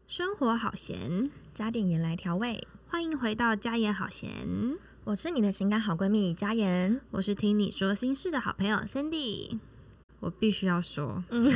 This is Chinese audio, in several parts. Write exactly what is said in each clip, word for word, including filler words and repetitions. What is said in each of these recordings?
生活好闲， 加点盐来调味。 欢迎回到家言好闲， 我是你的情感好闺蜜佳言， 我是听你说心事的好朋友 Sandy。我必须要说，嗯、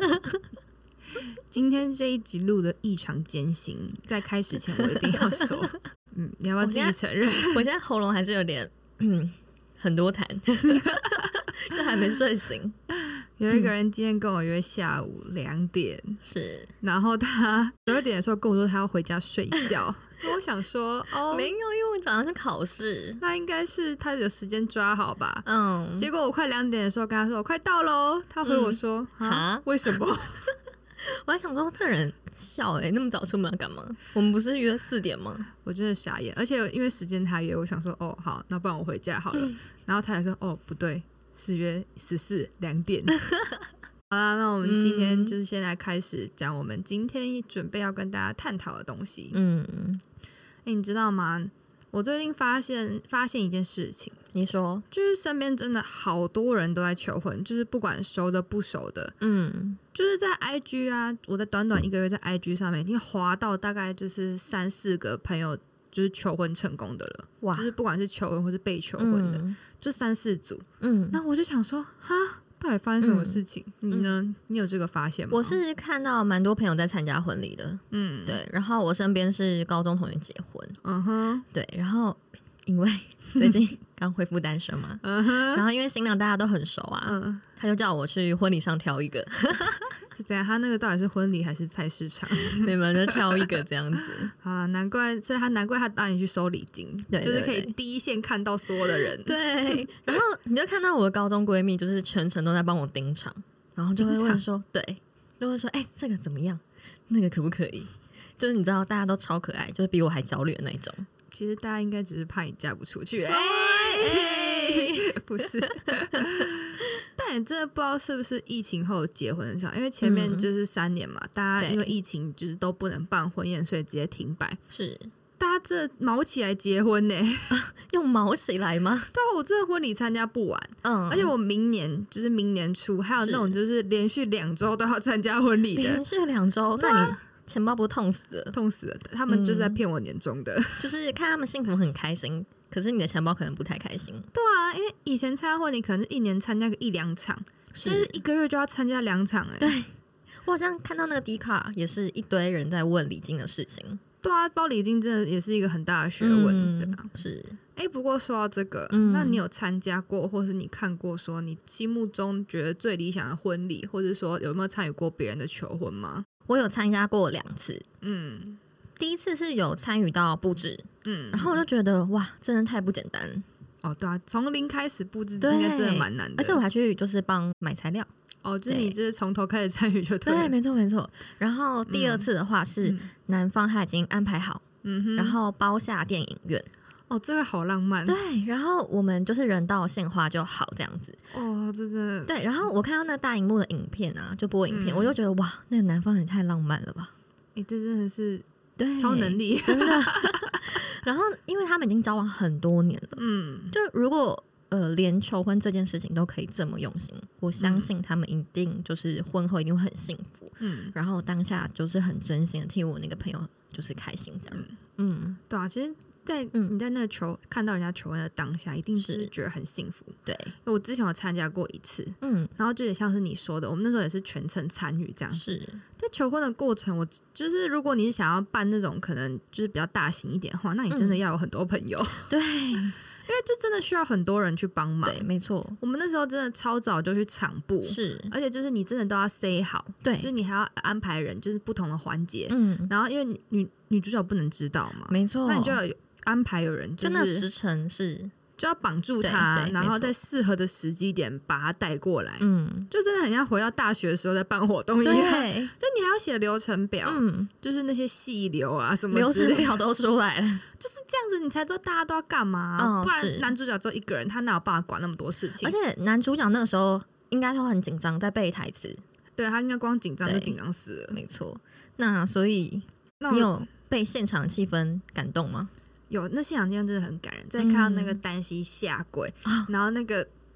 今天这一集录的异常艰辛，在开始前我一定要说，嗯，你要不要自己承认？ 我现在喉咙还是有点，嗯，很多痰，就还没睡醒。 有一个人今天跟我约下午两点， 是， 然后他十二点的时候跟我说他要回家睡觉。我想说，哦， 没有，因为我早上去考试， 那应该是他有时间抓好吧。 嗯， 结果我快两点的时候跟他说我快到喽，他回我说啊、嗯，为什么？ 我还想说这人笑哎、欸，那么早出门要干嘛？我们不是约四点吗？ 我真的傻眼，而且因为时间他约，我想说哦好，那不然我回家好了。嗯、然后他还说哦不对，是约十四两点。好啦，那我们今天就是先来开始讲我们今天准备要跟大家探讨的东西。嗯，哎、欸，你知道吗？我最近发现发现一件事情， 你说， 就是身边真的好多人都在求婚，就是不管熟的不熟的，嗯，就是在 I G 啊，我在短短一个月在 I G 上面已经滑到大概就是三四个朋友就是求婚成功的了，哇，就是不管是求婚或是被求婚的，嗯、就三四组，嗯，那我就想说，哈。到底发生什么事情？嗯、你呢？你有这个发现吗？ 我是看到蛮多朋友在参加婚礼的，嗯，对。然后我身边是高中同学结婚，嗯哼，对。然后因为最近刚恢复单身嘛，嗯哼，然后因为新娘大家都很熟啊，嗯，他就叫我去婚礼上挑一个。 是这样，他那个到底是婚礼还是菜市场？ 你们就挑一个这样子。 好了，难怪，所以他难怪他带你去收礼金，对对对，就是可以第一线看到所有的人。 对，然后你就看到我的高中闺蜜，就是全程都在帮我盯场，然后就会问说，对，就会说，哎、欸，这个怎么样？那个可不可以？就是你知道，大家都超可爱，就是比我还焦虑的那种。 其实大家应该只是怕你嫁不出去，哎、 欸， 不是。但也真的不知道是不是疫情后结婚的时候，因为前面就是三年嘛，嗯、大家因为疫情就是都不能办婚宴，所以直接停摆。 是， 大家这毛起来结婚呢、 啊？用毛起来吗？ 对啊，我这个婚礼参加不完，嗯，而且我明年就是明年初还有那种就是连续两周都要参加婚礼的， 连续两周，那你钱包不是痛死了？ 痛死了！他们就是在骗我年终的、嗯， 就是看他们幸福很开心。可是你的钱包可能不太开心。 对啊，因为以前参加婚礼可能是一年参加个一两场，现在是一个月就要参加两场哎。 对，我好像看到那个 D 卡也是一堆人在问礼金的事情。 对啊，包礼金真的也是一个很大的学问，嗯、对啊。 是， 哎、欸，不过说到这个，嗯、那你有参加过，或是你看过说你心目中觉得最理想的婚礼，或者说有没有参与过别人的求婚吗？ 我有参加过两次，嗯。第一次是有参与到布置，嗯，然后我就觉得哇，真的太不简单哦。对啊，从零开始布置应该真的蛮难的， 而且我还去就是帮买材料。 哦，就是你就是从头开始参与就对了。 对，没错没错。然后第二次的话是男方他已经安排好，嗯，然后包下电影院。 哦，这个好浪漫。 对，然后我们就是人到献花就好这样子。 哦，真的。 对，然后我看到那大荧幕的影片啊，就播影片，嗯、我就觉得哇，那个男方也太浪漫了吧！ 哎、欸，这真的是。 对， 超能力真的。然后，因为他们已经交往很多年了，嗯，就如果呃连求婚这件事情都可以这么用心，我相信他们一定就是婚后一定会很幸福，嗯，然后当下就是很真心的替我那个朋友就是开心这样， 嗯，嗯对啊，其实。在你在那个求、嗯、看到人家求婚的当下，一定是觉得很幸福。 对， 我之前有参加过一次，嗯，然后就也像是你说的，我们那时候也是全程参与这样子。 是在求婚的过程，我就是如果你是想要办那种可能就是比较大型一点的话，那你真的要有很多朋友。嗯、 对， 因为就真的需要很多人去帮忙。 对，没错。 我们那时候真的超早就去场布， 是， 而且就是你真的都要 say 好， 对， 就是你还要安排人，就是不同的环节，嗯，然后因为女女主角不能知道嘛， 没错， 那你就要有。安排有人就是真的时辰是就要绑住他，然后在适合的时机点把他带过来，嗯，就真的很像回到大学的时候在办活动一样，就你还要写流程表，嗯，就是那些细流啊什么流程表都出来了， 就是这样子，你才知道大家都要干嘛、啊哦，不然男主角只有一个人，他哪有办法管那么多事情？ 而且男主角那个时候应该都很紧张，在背台词， 对他应该光紧张就紧张死了， 没错。那所以你有被现场气氛感动吗？ 有，那现场气氛真的很感人，再看到那个单膝下跪、嗯、然后那个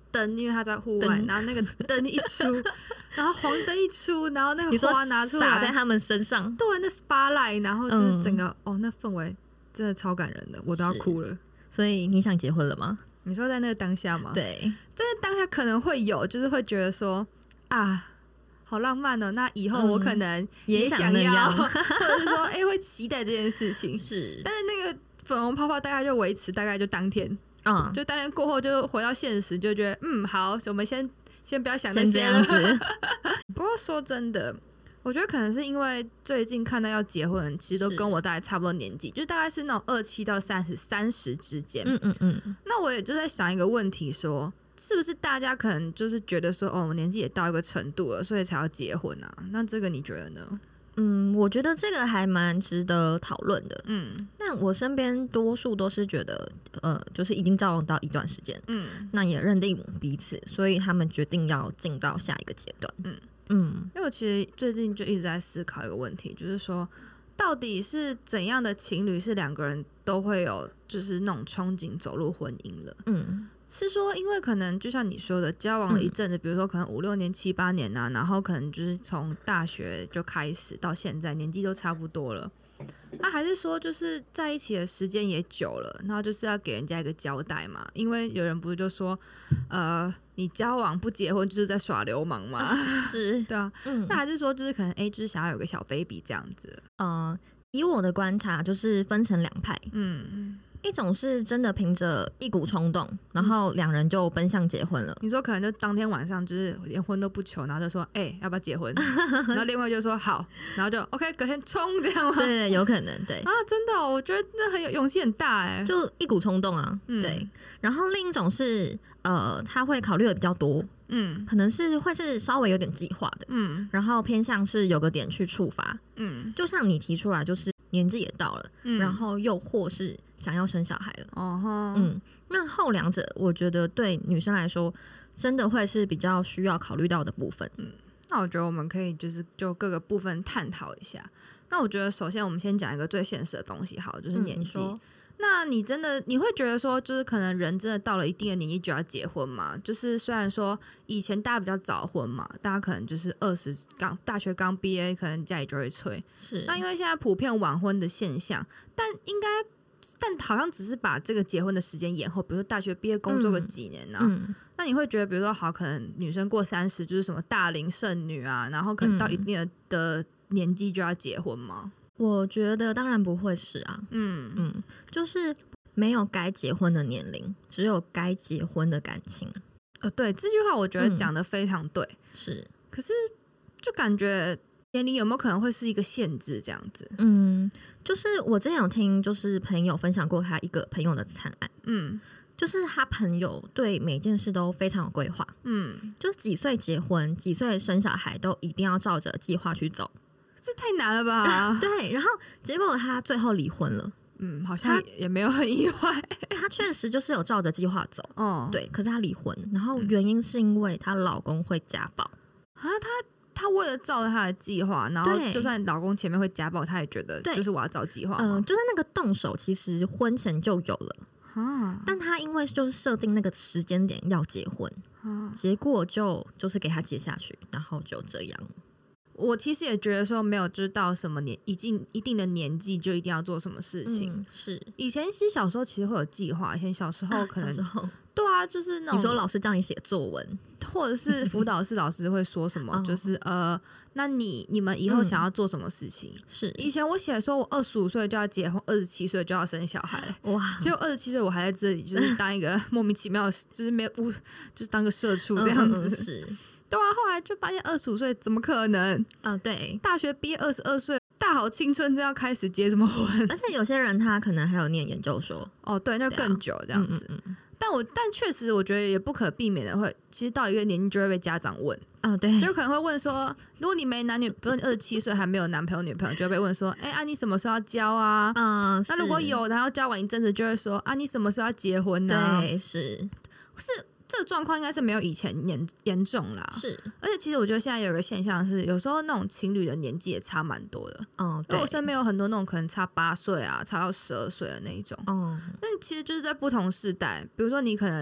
灯，因为他在户外，然后那个灯一出，然后黄灯一出，然后那个花拿出来洒在他们身上， 对，那 spotlight， 然后就是整个、嗯、哦，那氛围真的超感人的，我都要哭了。 所以你想结婚了吗？ 你说在那个当下吗？ 对， 在那当下可能会有，就是会觉得说啊。好浪漫哦！那以后我可能也想要，嗯、或者是说，哎、欸，会期待这件事情。 是， 但是那个粉红泡泡大概就维持，大概就当天，嗯，就当天过后就回到现实，就觉得嗯，好，我们先先不要想那些了。不过说真的，我觉得可能是因为最近看到要结婚的人，其实都跟我大概差不多年纪，就大概是那种二七到三十、三十之间。嗯嗯嗯。那我也就在想一个问题说。是不是大家可能就是觉得说，哦，我年纪也到一个程度了，所以才要结婚啊？那这个你觉得呢？ 嗯，我觉得这个还蛮值得讨论的。嗯，但我身边多数都是觉得，呃，就是已经交往到一段时间，嗯，那也认定彼此，所以他们决定要进到下一个阶段。嗯嗯，因为我其实最近就一直在思考一个问题，就是说，到底是怎样的情侣是两个人都会有，就是那种憧憬走入婚姻了？嗯。是说，因为可能就像你说的，交往了一阵子，嗯、比如说可能五六年、七八年啊，然后可能就是从大学就开始到现在，年纪都差不多了。那、啊、还是说，就是在一起的时间也久了，然后就是要给人家一个交代嘛？因为有人不是就说，呃，你交往不结婚就是在耍流氓嘛？ 啊是， 对啊。嗯、那还是说，就是可能哎，就是想要有个小 baby 这样子？ 呃，以我的观察，就是分成两派。嗯。一种是真的凭着一股冲动，然后两人就奔向结婚了。 你说可能就当天晚上就是连婚都不求，然后就说哎、欸、要不要结婚？然后另外就说好，然后就 OK 隔天冲这样吗？ 对，有可能对啊，真的、哦，我觉得那很有勇气很大哎， 就一股冲动啊，嗯、对。然后另一种是呃他会考虑的比较多。嗯，可能是会是稍微有点计划的，嗯，然后偏向是有个点去触发，嗯，就像你提出来，就是年纪也到了，嗯，然后又或是想要生小孩了，哦，嗯，那后两者我觉得对女生来说，真的会是比较需要考虑到的部分，嗯， 那我觉得我们可以就是就各个部分探讨一下。那我觉得首先我们先讲一个最现实的东西，好，就是年纪。嗯那你真的你会觉得说，就是可能人真的到了一定的年纪就要结婚吗？就是虽然说以前大家比较早婚嘛，大家可能就是二十刚大学刚毕业，可能家里就会催。 是。 那因为现在普遍晚婚的现象，但应该但好像只是把这个结婚的时间延后，比如说大学毕业工作个几年啊。嗯嗯、那你会觉得，比如说好，可能女生过三十就是什么大龄剩女啊，然后可能到一定的的年纪就要结婚吗？ 我觉得当然不会是啊，嗯嗯，就是没有该结婚的年龄，只有该结婚的感情。 呃，对，这句话我觉得讲得非常对， 嗯、是。 可是就感觉年龄有没有可能会是一个限制这样子？ 嗯，就是我之前有听，就是朋友分享过他一个朋友的惨案，嗯，就是他朋友对每件事都非常有规划，嗯，就几岁结婚，几岁生小孩，都一定要照着计划去走。 这太难了吧？ 对，然后结果他最后离婚了。 嗯，好像也没有很意外。 他确实就是有照着计划走，哦，对。可是他离婚，然后原因是因为她老公会家暴啊。她她为了照着她的计划，然后就算老公前面会家暴，她也觉得就是我要照计划。 嗯、呃，就是那个动手，其实婚前就有了。啊、但他因为就是设定那个时间点要结婚，啊、结果就就是给他结下去，然后就这样。 我其实也觉得说没有就是到什么年一定一定的年纪就一定要做什么事情、 嗯、是以前其实小时候其实会有计划，以前小时候可能、啊、 小时候对啊，就是那种你说老师叫你写作文， 或者是辅导室老师会说什么就是呃那你你们以后想要做什么事情、嗯、 是以前我写说我二十五岁就要结婚，二十七岁就要生小孩，哇，结果二十七岁我还在这里就是当一个莫名其妙的就是没有就是当个社畜这样子、 嗯嗯、是对啊，后来就发现二十五岁怎么可能？ 啊、呃，对， 大学毕业二十二岁，大好青春正要开始结什么婚？ 而且有些人他可能还有念研究所， 哦，对，那更久这样子。啊、嗯嗯嗯但我但确实我觉得也不可避免的会，其实到一个年纪就会被家长问啊、哦，对， 就可能会问说，如果你没男女，比如你二十七岁还没有男朋友女朋友，就会被问说，哎、欸、啊你什么时候要交啊？啊、嗯，那如果有，然后交往一阵子，就会说啊你什么时候要结婚呢、啊？ 对，是是。这个状况应该是没有以前严严重啦， 是， 而且其实我觉得现在有一个现象是，有时候那种情侣的年纪也差蛮多的。哦，对，我身边有很多那种可能差八岁啊，差到十二岁的那一种。哦，那其实就是在不同世代，比如说你可能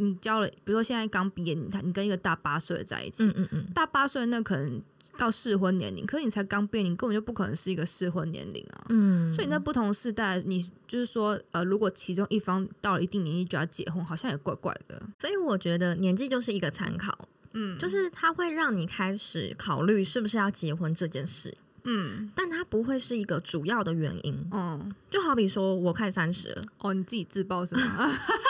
你交了，比如说现在刚毕业，你你跟一个大八岁的在一起，嗯嗯嗯大八岁那可能到适婚年龄，可是你才刚毕业，你根本就不可能是一个适婚年龄啊。嗯，所以你在不同世代，你就是说，呃，如果其中一方到了一定年纪就要结婚，好像也怪怪的。 所以我觉得年纪就是一个参考，嗯，就是它会让你开始考虑是不是要结婚这件事。嗯，但它不会是一个主要的原因。嗯，就好比说我快三十了， 哦，你自己自爆是吗？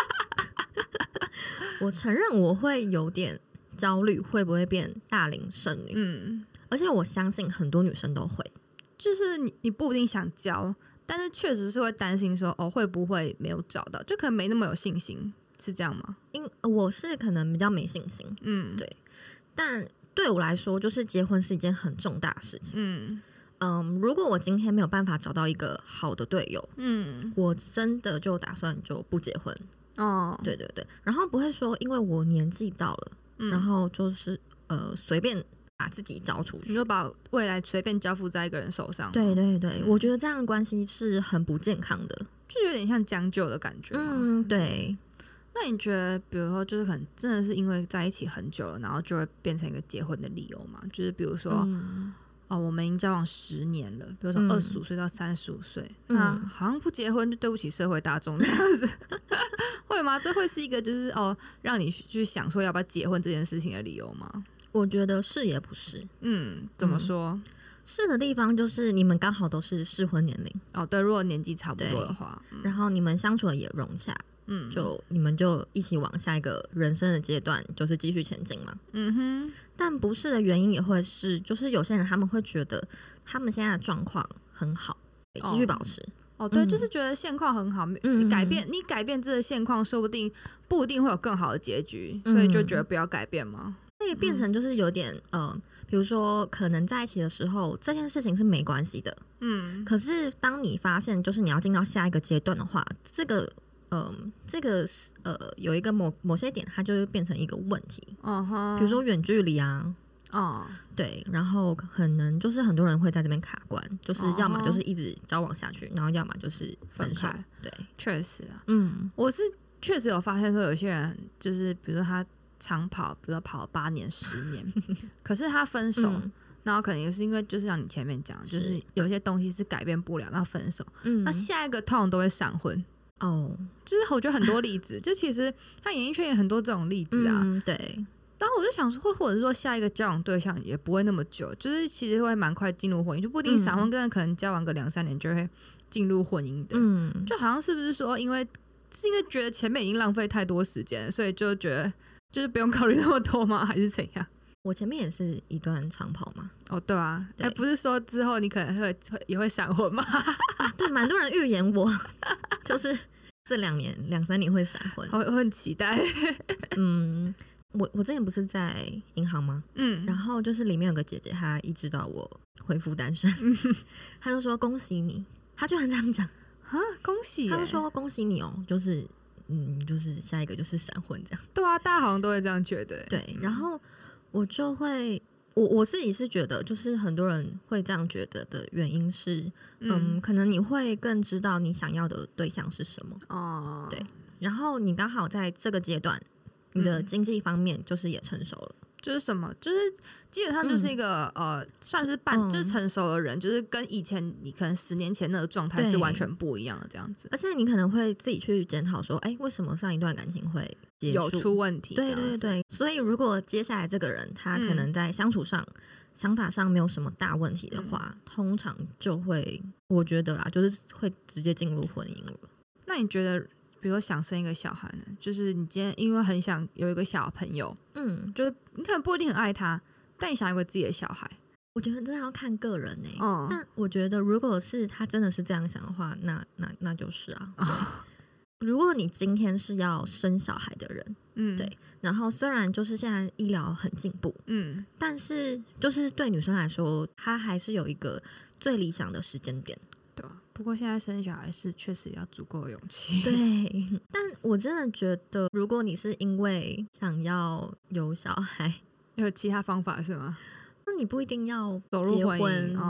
我承认我会有点焦虑，会不会变大龄剩女？嗯，而且我相信很多女生都会， 就是你你不一定想交，但是确实是会担心说，哦，会不会没有找到，就可能没那么有信心，是这样吗？ 因我是可能比较没信心，嗯，对，但。对我来说，就是结婚是一件很重大的事情。嗯嗯，如果我今天没有办法找到一个好的队友，嗯，我真的就打算就不结婚。哦，对对对，然后不会说因为我年纪到了，嗯、然后就是呃随便把自己交出去， 你就把未来随便交付在一个人手上。 对对对，嗯、我觉得这样的关系是很不健康的， 就有点像将就的感觉。 嗯，对。 那你觉得，比如说，就是可能真的是因为在一起很久了，然后就会变成一个结婚的理由嘛？就是比如说，嗯、哦，我们已经交往十年了，比如说二十五岁到三十五岁，嗯、那好像不结婚就对不起社会大众这样子，会吗？这会是一个就是哦，让你去想说要不要结婚这件事情的理由吗？ 我觉得是也不是。 嗯，怎么说？嗯、 是的地方就是你们刚好都是适婚年龄哦，对，如果年纪差不多的话， 嗯、然后你们相处的也融洽。嗯，就你们就一起往下一个人生的阶段，就是继续前进嘛。嗯哼，但不是的原因也会是，就是有些人他们会觉得他们现在的状况很好，继续保持。 哦，哦对，嗯、就是觉得现况很好，嗯、你改变你改变这个现况，说不定不一定会有更好的结局，嗯、所以就觉得不要改变嘛。 所以变成就是有点呃，比如说可能在一起的时候，这件事情是没关系的，嗯，可是当你发现就是你要进到下一个阶段的话，这个。嗯，这个呃有一个某某些点，它就会变成一个问题。嗯哼，比如说远距离啊，哦，对，然后可能就是很多人会在这边卡关，就是要么就是一直交往下去，然后要么就是分手。对， 确实啊，嗯，我是确实有发现说，有些人就是比如说他长跑，比如说跑了八年、十年，可是他分手。嗯然后可能也是因为，就是像你前面讲，就是有些东西是改变不了，那分手。嗯，那下一个通常都会闪婚。哦，就是我觉得很多例子，就其实像演艺圈有很多这种例子啊。 嗯、对。 然后我就想说，或或者是说下一个交往对象也不会那么久，就是其实会蛮快进入婚姻，就不一定闪婚，跟、嗯、可能交往个两三年就会进入婚姻的。嗯，就好像是不是说，因为是因为觉得前面已经浪费太多时间，所以就觉得就是不用考虑那么多吗？还是怎样？ 我前面也是一段长跑嘛。 哦，对啊，哎，不是说之后你可能会也会闪婚吗？ 啊、对，蛮多人预言我，就是这两年两三年会闪婚， 我我很期待。 嗯，我我之前不是在银行吗？嗯，然后就是里面有个姐姐，她一知道我恢复单身，她就说恭喜你，她居然这样讲啊，恭喜、欸！ 她就说恭喜你哦，就是嗯，就是下一个就是闪婚这样。 对啊，大家好像都会这样觉得、欸。 对，然后。我就会，我我自己是觉得，就是很多人会这样觉得的原因是，嗯，嗯可能你会更知道你想要的对象是什么哦，对，然后你刚好在这个阶段，你的经济方面就是也成熟了。 就是什么，就是基本上就是一个、嗯、呃，算是半、嗯、就是成熟的人，就是跟以前你可能十年前那个状态是完全不一样的这样子。 而且你可能会自己去检讨说，哎、欸，为什么上一段感情会结束有出问题？ 对对对。所以如果接下来这个人他可能在相处上、嗯、想法上没有什么大问题的话，嗯、通常就会，我觉得啦，就是会直接进入婚姻了。 那你觉得？比如说想生一个小孩呢，就是你今天因为很想有一个小朋友，嗯，就是你可能不一定很爱他，但你想有个自己的小孩， 我觉得真的要看个人呢、欸。嗯，但我觉得如果是他真的是这样想的话，那那那就是啊。哦、如果你今天是要生小孩的人，嗯，对，然后虽然就是现在医疗很进步，嗯，但是就是对女生来说，她还是有一个最理想的时间点。 对啊，不过现在生小孩是确实要足够的勇气。 对，但我真的觉得，如果你是因为想要有小孩， 有其他方法是吗？ 那你不一定要走入婚姻哦。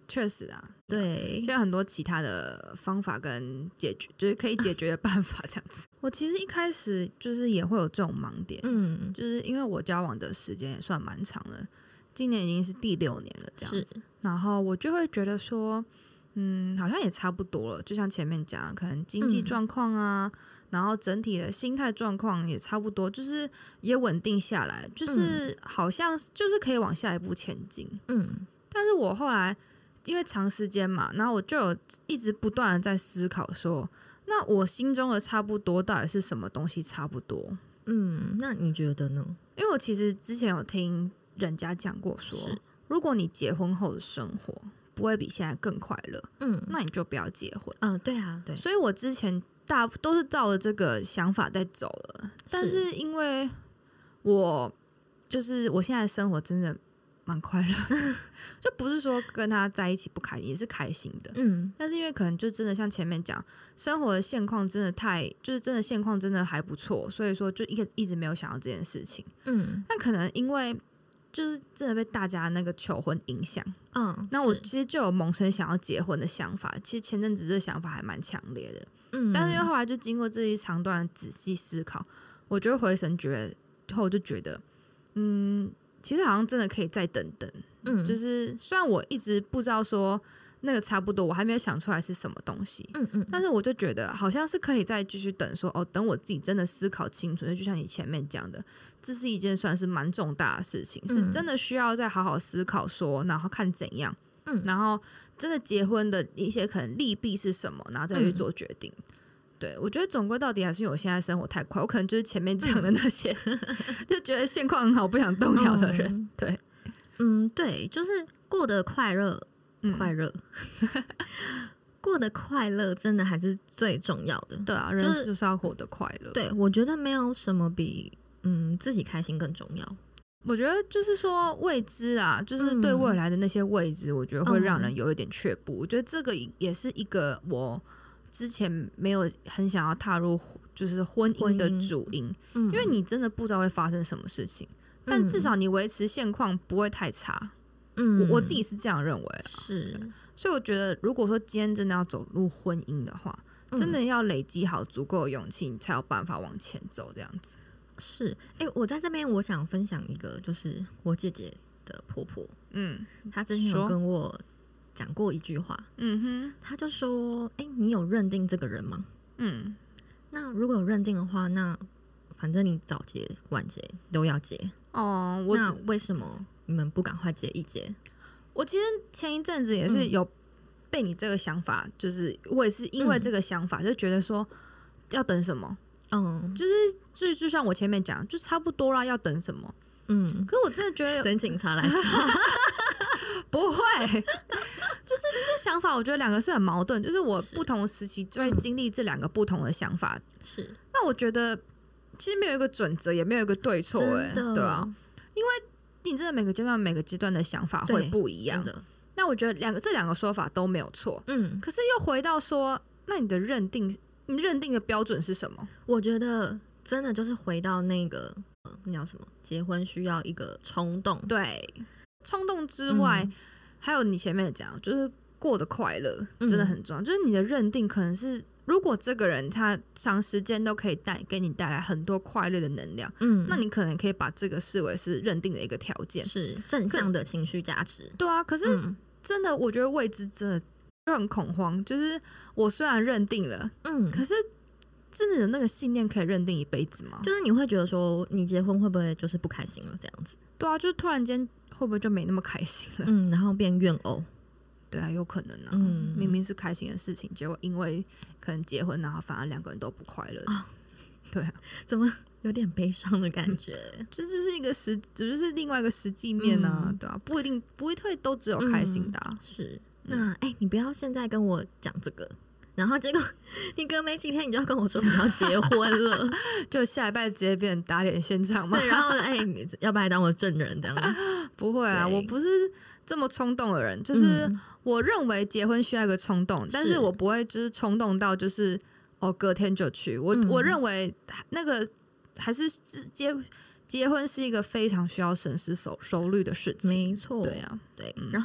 确实啊， 对， 现在很多其他的方法跟解决，就是可以解决的办法这样子。我其实一开始就是也会有这种盲点，嗯，就是因为我交往的时间也算蛮长了，今年已经是第六年了这样子，然后我就会觉得说，嗯，好像也差不多了，就像前面讲，可能经济状况啊。嗯，然后整体的心态状况也差不多，就是也稳定下来，就是好像就是可以往下一步前进。嗯，但是我后来因为长时间嘛，然后我就有一直不断的在思考说，那我心中的差不多到底是什么东西差不多？ 嗯，那你觉得呢？ 因为我其实之前有听人家讲过说，如果你结婚后的生活不会比现在更快乐，嗯，那你就不要结婚。 嗯，对啊，对。 所以我之前大都是照着这个想法在走了，但是因为我就是我现在生活真的蛮快乐，就不是说跟他在一起不开心，也是开心的。嗯，但是因为可能就真的像前面讲，生活的现况真的太，就是真的现况真的还不错，所以说就一一直没有想到这件事情。嗯，但可能因为就是真的被大家那个求婚影响，嗯，那我其实就有萌生想要结婚的想法。其实前阵子这个想法还蛮强烈的。嗯，但是因为后来就经过这一长段的仔细思考，我就回神觉得后就觉得，嗯，其实好像真的可以再等等。嗯，就是虽然我一直不知道说那个差不多，我还没有想出来是什么东西。嗯嗯，但是我就觉得好像是可以再继续等说，哦，等我自己真的思考清楚。就像你前面讲的，这是一件算是蛮重大的事情，嗯，是真的需要再好好思考说，然后看怎样。嗯，然后真的结婚的一些可能利弊是什么，然后再去做决定。嗯，对，我觉得总归到底还是因为我现在生活太快，我可能就是前面讲的那些，嗯，就觉得现况很好不想动摇的人。嗯，对， 嗯，对，就是过得快乐，嗯，快乐，过得快乐真的还是最重要的。 对啊，人就是要活得快乐。 对，我觉得没有什么比嗯自己开心更重要。 我觉得就是说未知啊，就是对未来的那些未知，我觉得会让人有一点却步。嗯，我觉得这个也是一个我之前没有很想要踏入就是婚姻的主因，嗯，因为你真的不知道会发生什么事情，嗯，但至少你维持现况不会太差。嗯，我, 我自己是这样认为啦。是，所以我觉得如果说今天真的要走入婚姻的话，嗯，真的要累积好足够的勇气，你才有办法往前走这样子。 是，哎、欸，我在这边我想分享一个，就是我姐姐的婆婆，嗯，她之前有跟我讲过一句话，嗯哼，她就说，哎、欸，你有认定这个人吗？嗯，那如果有认定的话，那反正你早结晚结都要结哦。我那为什么你们不赶快结一结？ 我其实前一阵子也是有被你这个想法，嗯、就是我也是因为这个想法，嗯、就觉得说要等什么。嗯，就是就就像我前面讲，就差不多啦，要等什么？嗯，可是我真的觉得等警察来抓， 不会，就是这想法，我觉得两个是很矛盾，就是我不同时期就会经历这两个不同的想法。是，那我觉得其实没有一个准则，也没有一个对错，哎，对啊，因为你真的每个阶段每个阶段的想法会不一样的。那我觉得两个这两个说法都没有错，嗯，可是又回到说，那你的认定。你认定的标准是什么？ 我觉得真的就是回到那个那叫什么，结婚需要一个冲动。 对，冲动之外，嗯、还有你前面讲，就是过得快乐，真的很重要。嗯、就是你的认定可能是，如果这个人他长时间都可以带给你带来很多快乐的能量，嗯，那你可能可以把这个视为是认定的一个条件， 是正向的情绪价值。 对啊，可是真的，我觉得未知真的。就很恐慌，就是我虽然认定了，嗯，可是真的有那个信念可以认定一辈子吗？ 就是你会觉得说，你结婚会不会就是不开心了这样子？ 对啊，就突然间会不会就没那么开心了？ 嗯，然后变怨偶。 对啊，有可能啊，嗯，明明是开心的事情，结果因为可能结婚，然后反而两个人都不快乐。哦，对啊， 怎么有点悲伤的感觉？ 这就是一个实，这就是另外一个实际面啊，嗯、对啊，不一定不会都只有开心的、啊嗯，是。那哎、欸，你不要现在跟我讲这个，然后结果你隔没几天你就要跟我说你要结婚了， 就下礼拜直接变成打脸现场嘛？ 对，然后哎、欸，你要不要来当我证人这样？ 不会啊，我不是这么冲动的人，就是我认为结婚需要一个冲动，嗯、但是我不会就是冲动到就是哦隔天就去。我、嗯、我认为那个还是结结婚是一个非常需要深思熟熟虑的事情。 没错， 对啊， 对，嗯、然后。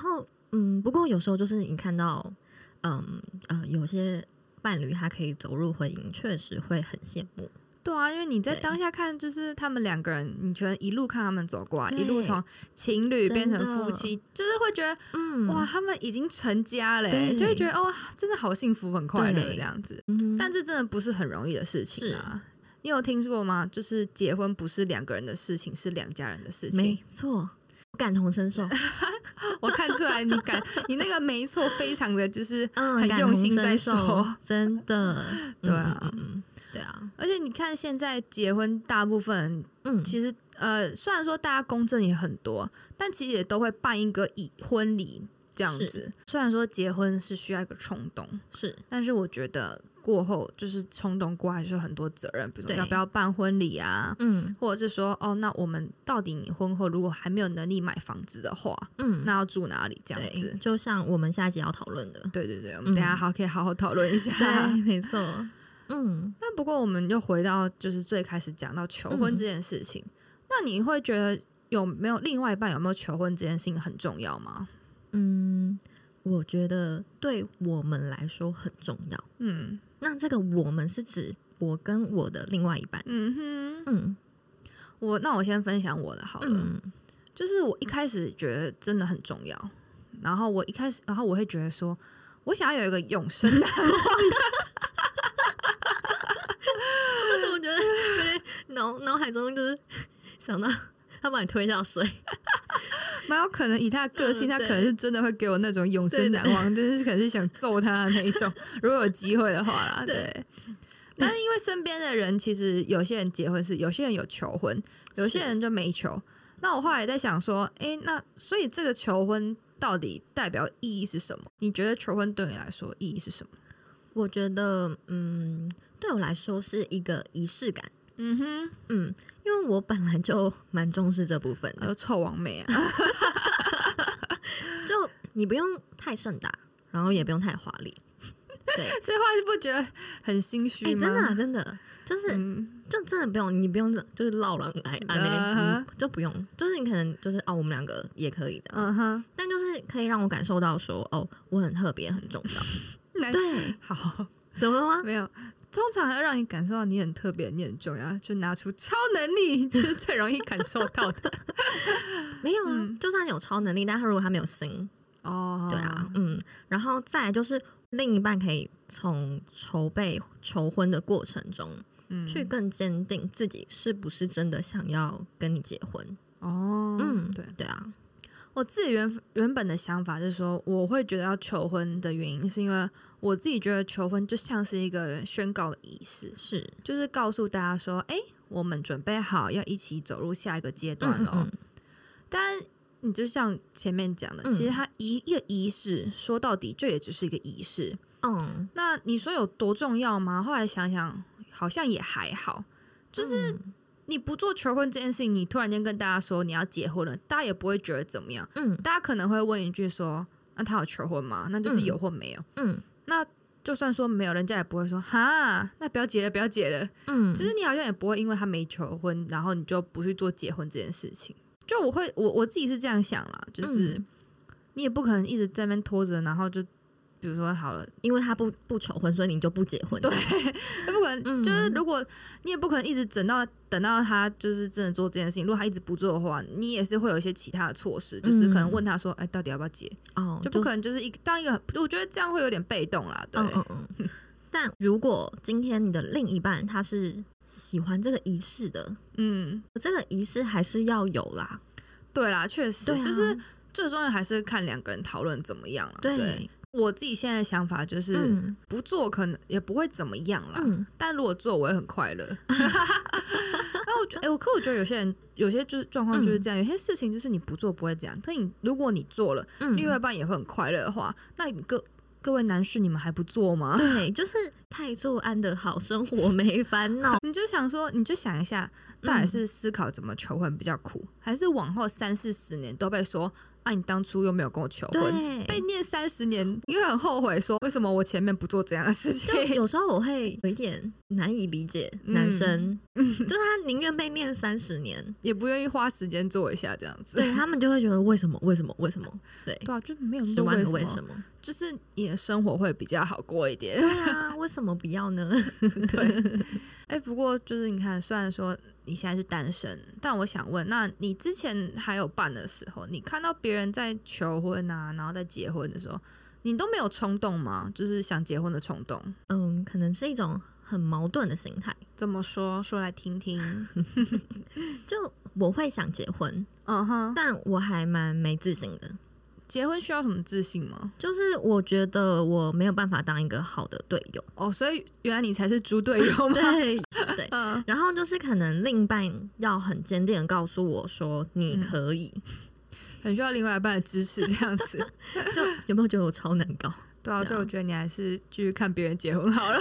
嗯，不过有时候就是你看到，嗯呃，有些伴侣他可以走入婚姻，确实会很羡慕。 对啊，因为你在当下看，就是他们两个人，你觉得一路看他们走过来，一路从情侣变成夫妻，就是会觉得，嗯，哇，他们已经成家了，就会觉得哦，真的好幸福，很快乐这样子。但这真的不是很容易的事情啊。你有听说吗？就是结婚不是两个人的事情，是两家人的事情。 没错。感同身受， 我看出来你感你那个没错，非常的就是很用心在说， 嗯、真的， 对啊， 嗯嗯、对啊， 而且你看现在结婚，大部分嗯，其实呃，虽然说大家公证也很多，但其实也都会办一个以婚礼这样子。虽然说结婚是需要一个冲动， 是， 但是我觉得过后就是冲动过还是有很多责任，比如说要不要办婚礼啊，嗯，或者是说哦，那我们到底你婚后如果还没有能力买房子的话，嗯，那要住哪里这样子？ 就像我们下集要讨论的， 对对对，我们等一下好可以好好讨论一下， 对，没错， 嗯。但不过我们又回到就是最开始讲到求婚这件事情，嗯、那你会觉得有没有另外一半有没有求婚这件事情很重要吗？ 嗯。我觉得对我们来说很重要。嗯，那这个我们是指我跟我的另外一半。嗯哼，嗯， 我那我先分享我的好了。嗯，就是我一开始觉得真的很重要，然后我一开始，然后我会觉得说，我想要有一个永生难忘的。 为什么觉得有点脑脑海中就是想到他把你推下水？ 蛮有可能以他的个性，嗯、他可能是真的会给我那种永生难忘，就是可能是想揍他的那一种。如果有机会的话啦，对。对但是因为身边的人，其实有些人结婚是，有些人有求婚，有些人就没求。那我后来也在想说，哎、欸，那所以这个求婚到底代表意义是什么？你觉得求婚对你来说意义是什么？ 我觉得，嗯，对我来说是一个仪式感。嗯哼，嗯，因为我本来就蛮重视这部分的， 有臭王妹啊， 就你不用太盛大，然后也不用太华丽，对， 这话是不觉得很心虚吗？ 欸、真的、啊、真的，就是、嗯、就真的不用，你不用就是绕人来安呢、uh-huh 嗯，就不用，就是你可能就是哦，我们两个也可以这样，uh-huh 但就是可以让我感受到说哦，我很特别，很重要，对， 好， 怎么了吗？ 没有。通常要让你感受到你很特别，你很重要，就拿出超能力，就是最容易感受到的。 没有啊、嗯，就算你有超能力，但他如果他没有心，哦，对啊，嗯，然后再来就是另一半可以从筹备求婚的过程中，嗯，去更坚定自己是不是真的想要跟你结婚。哦，嗯，对对啊。 我自己原原本的想法是说，我会觉得要求婚的原因，是因为我自己觉得求婚就像是一个宣告的仪式， 是就是告诉大家说，哎、欸，我们准备好要一起走入下一个阶段了。嗯嗯嗯但你就像前面讲的，嗯、其实它一一个仪式说到底，这也只是一个仪式。嗯，那你说有多重要吗？后来想想，好像也还好，就是。嗯你不做求婚这件事情，你突然间跟大家说你要结婚了，大家也不会觉得怎么样。嗯，大家可能会问一句说：“那他有求婚吗？”那就是有或没有。嗯，那就算说没有，人家也不会说：“哈，那不要结了，不要结了。”嗯，就是你好像也不会因为他没求婚，然后你就不去做结婚这件事情。就我会，我我自己是这样想啦，就是、嗯、你也不可能一直在那边拖着，然后就。比如说好了， 因为他不不求婚，所以你就不结婚。 对，不可能、嗯，就是如果你也不可能一直等到等到他就是真的做这件事情，如果他一直不做的话，你也是会有一些其他的措施，就是可能问他说，哎、欸，到底要不要结？哦，就不可能就是一当一个，我觉得这样会有点被动啦。对，嗯嗯嗯。但如果今天你的另一半他是喜欢这个仪式的，嗯，这个仪式还是要有啦。 对啦，确实，啊、就是最重要还是看两个人讨论怎么样啦。对。对我自己现在的想法就是、嗯、不做可能也不会怎么样啦、嗯、但如果做我也很快乐那我觉得、欸、我可我觉得有些人有些就是状况就是这样、嗯、有些事情就是你不做不会这样，但你如果你做了、嗯、另外一半也会很快乐的话，那你各各位男士你们还不做吗？ 对，就是太做安得好，生活没烦恼你就想说你就想一下，到底是思考怎么求婚比较苦、嗯、还是往后三四十年都被说啊，你当初又没有跟我求婚，被念三十年，你会很后悔说为什么我前面不做这样的事情。 就有时候我会有一点难以理解男生，嗯、就他宁愿被念三十年， 也不愿意花时间做一下这样子。 对他们就会觉得为什么为什么为什么？对对啊，就没有那么多为什么， 为什么就是你的生活会比较好过一点。 对啊，为什么不要呢？ 对，哎、欸，不过就是你看，虽然说你现在是单身，但我想问，那你之前还有伴的时候，你看到别人在求婚啊，然后在结婚的时候，你都没有冲动吗？就是想结婚的冲动？ 嗯，可能是一种很矛盾的心态。 怎么说？说来听听。 就我会想结婚， 嗯哼， 但我还蛮没自信的。 结婚需要什么自信吗？ 就是我觉得我没有办法当一个好的队友。 哦，所以原来你才是猪队友吗？ 对对、嗯，然后就是可能另一半要很坚定的告诉我说你可以、嗯， 很需要另外一半的支持，这样子。 就有没有觉得我超难搞？ 对啊，所以我觉得你还是继续看别人结婚好了。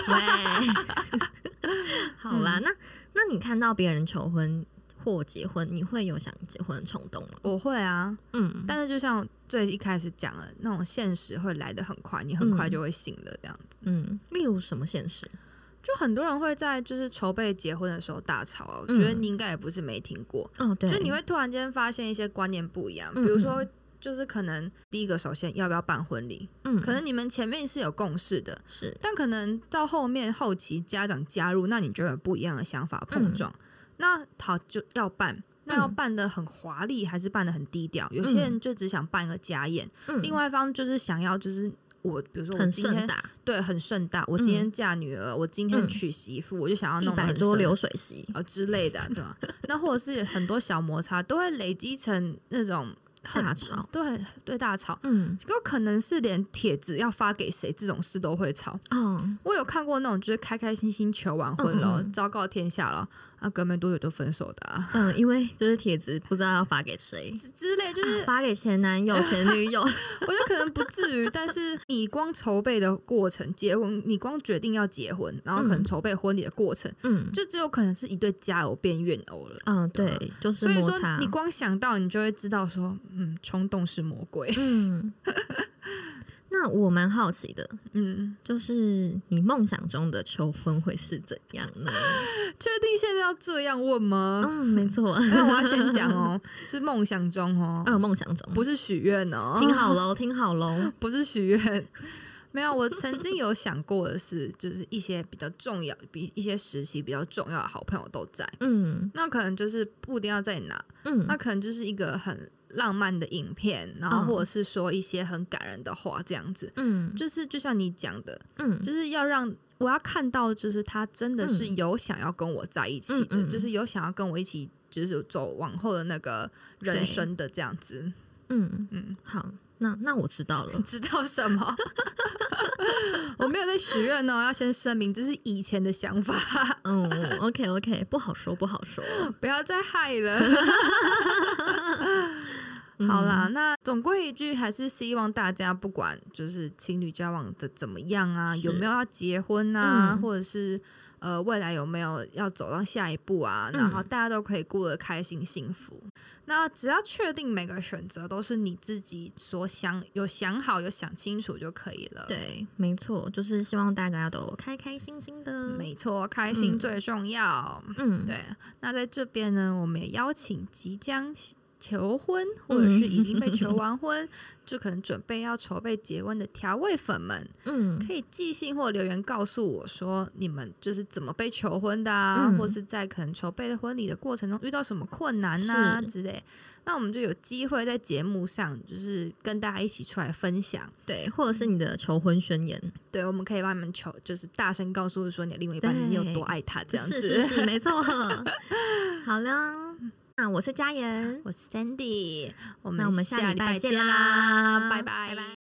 好啦，嗯、那那你看到别人求婚或结婚，你会有想结婚的冲动吗？ 我会啊，嗯，但是就像最一开始讲了，那种现实会来得很快，你很快就会醒了这样子。 嗯，例如什么现实？ 就很多人会在就是筹备结婚的时候大吵、啊，我觉得你应该也不是没听过。 哦，对， 就你会突然间发现一些观念不一样，比如说。就是可能第一个，首先要不要办婚礼？嗯，可能你们前面是有共识的， 是， 但可能到后面后期家长加入，那你就有不一样的想法碰撞。嗯、那好，就要办，那要办得很华丽，还是办得很低调？有些人就只想办一个家宴，嗯、另外一方就是想要就是我，比如说我今天很盛大， 对，很盛大。我今天嫁女儿，嗯、我今天娶媳妇，我就想要弄一百桌流水席啊、呃、之类的，对吧？那或者是很多小摩擦都会累积成那种。 大吵， 对对，大吵，嗯，有可能是连帖子要发给谁这种事都会吵。哦，我有看过那种就是开开心心求完婚了，嗯、昭告天下了，啊，隔没多久就分手的、啊。 嗯，因为就是帖子不知道要发给谁之类，就是、 啊、发给前男友、前女友。 我觉得可能不至于，但是你光筹备的过程，结婚，你光决定要结婚，然后可能筹备婚礼的过程，嗯，就只有可能是一对佳偶变怨偶了。 嗯，对，对就是摩擦。 所以说，你光想到，你就会知道说。嗯，冲动是魔鬼。嗯， 那我蛮好奇的，嗯，就是你梦想中的求婚会是怎样呢？ 确定现在要这样问吗？ 嗯，没错。 那我要先讲哦，是梦想中哦， 嗯，梦想中， 不是许愿哦。 听好喽，听好喽， 不是许愿。没有，我曾经有想过的是，就是一些比较重要、比一些时期比较重要的好朋友都在，嗯，那可能就是不一定要在哪，嗯，那可能就是一个很浪漫的影片，然后或者是说一些很感人的话，这样子，嗯，就是就像你讲的，嗯，就是要让我要看到，就是他真的是有想要跟我在一起的，嗯、就是有想要跟我一起，就是走往后的那个人生的这样子， 嗯嗯，好。那那我知道了， 知道什么？我没有在许愿哦，要先声明这是以前的想法。 嗯 ，OK OK， 不好说不好说， 不要再害了。好啦，那总归一句，还是希望大家不管就是情侣交往的怎么样啊，有没有要结婚啊，嗯、或者是呃未来有没有要走到下一步啊，然后大家都可以过得开心幸福。那只要确定每个选择都是你自己所想有想好有想清楚就可以了。 对，没错，就是希望大家都开开心心的。 没错，开心最重要。嗯，对。那在这边呢，我们也邀请即将求婚或者是已经被求完婚、嗯、就可能准备要筹备结婚的调味粉们，嗯，可以寄信或留言告诉我说你们就是怎么被求婚的啊、嗯、或是在可能筹备的婚礼的过程中遇到什么困难啊之类，那我们就有机会在节目上就是跟大家一起出来分享。 对，或者是你的求婚宣言， 对，我们可以帮你们求，就是大声告诉说你的另外一半你有多爱他这样子。 是是是，没错。好了，那我是佳妍， 我是 Sandy， 我们那我们下礼拜见啦， 拜拜。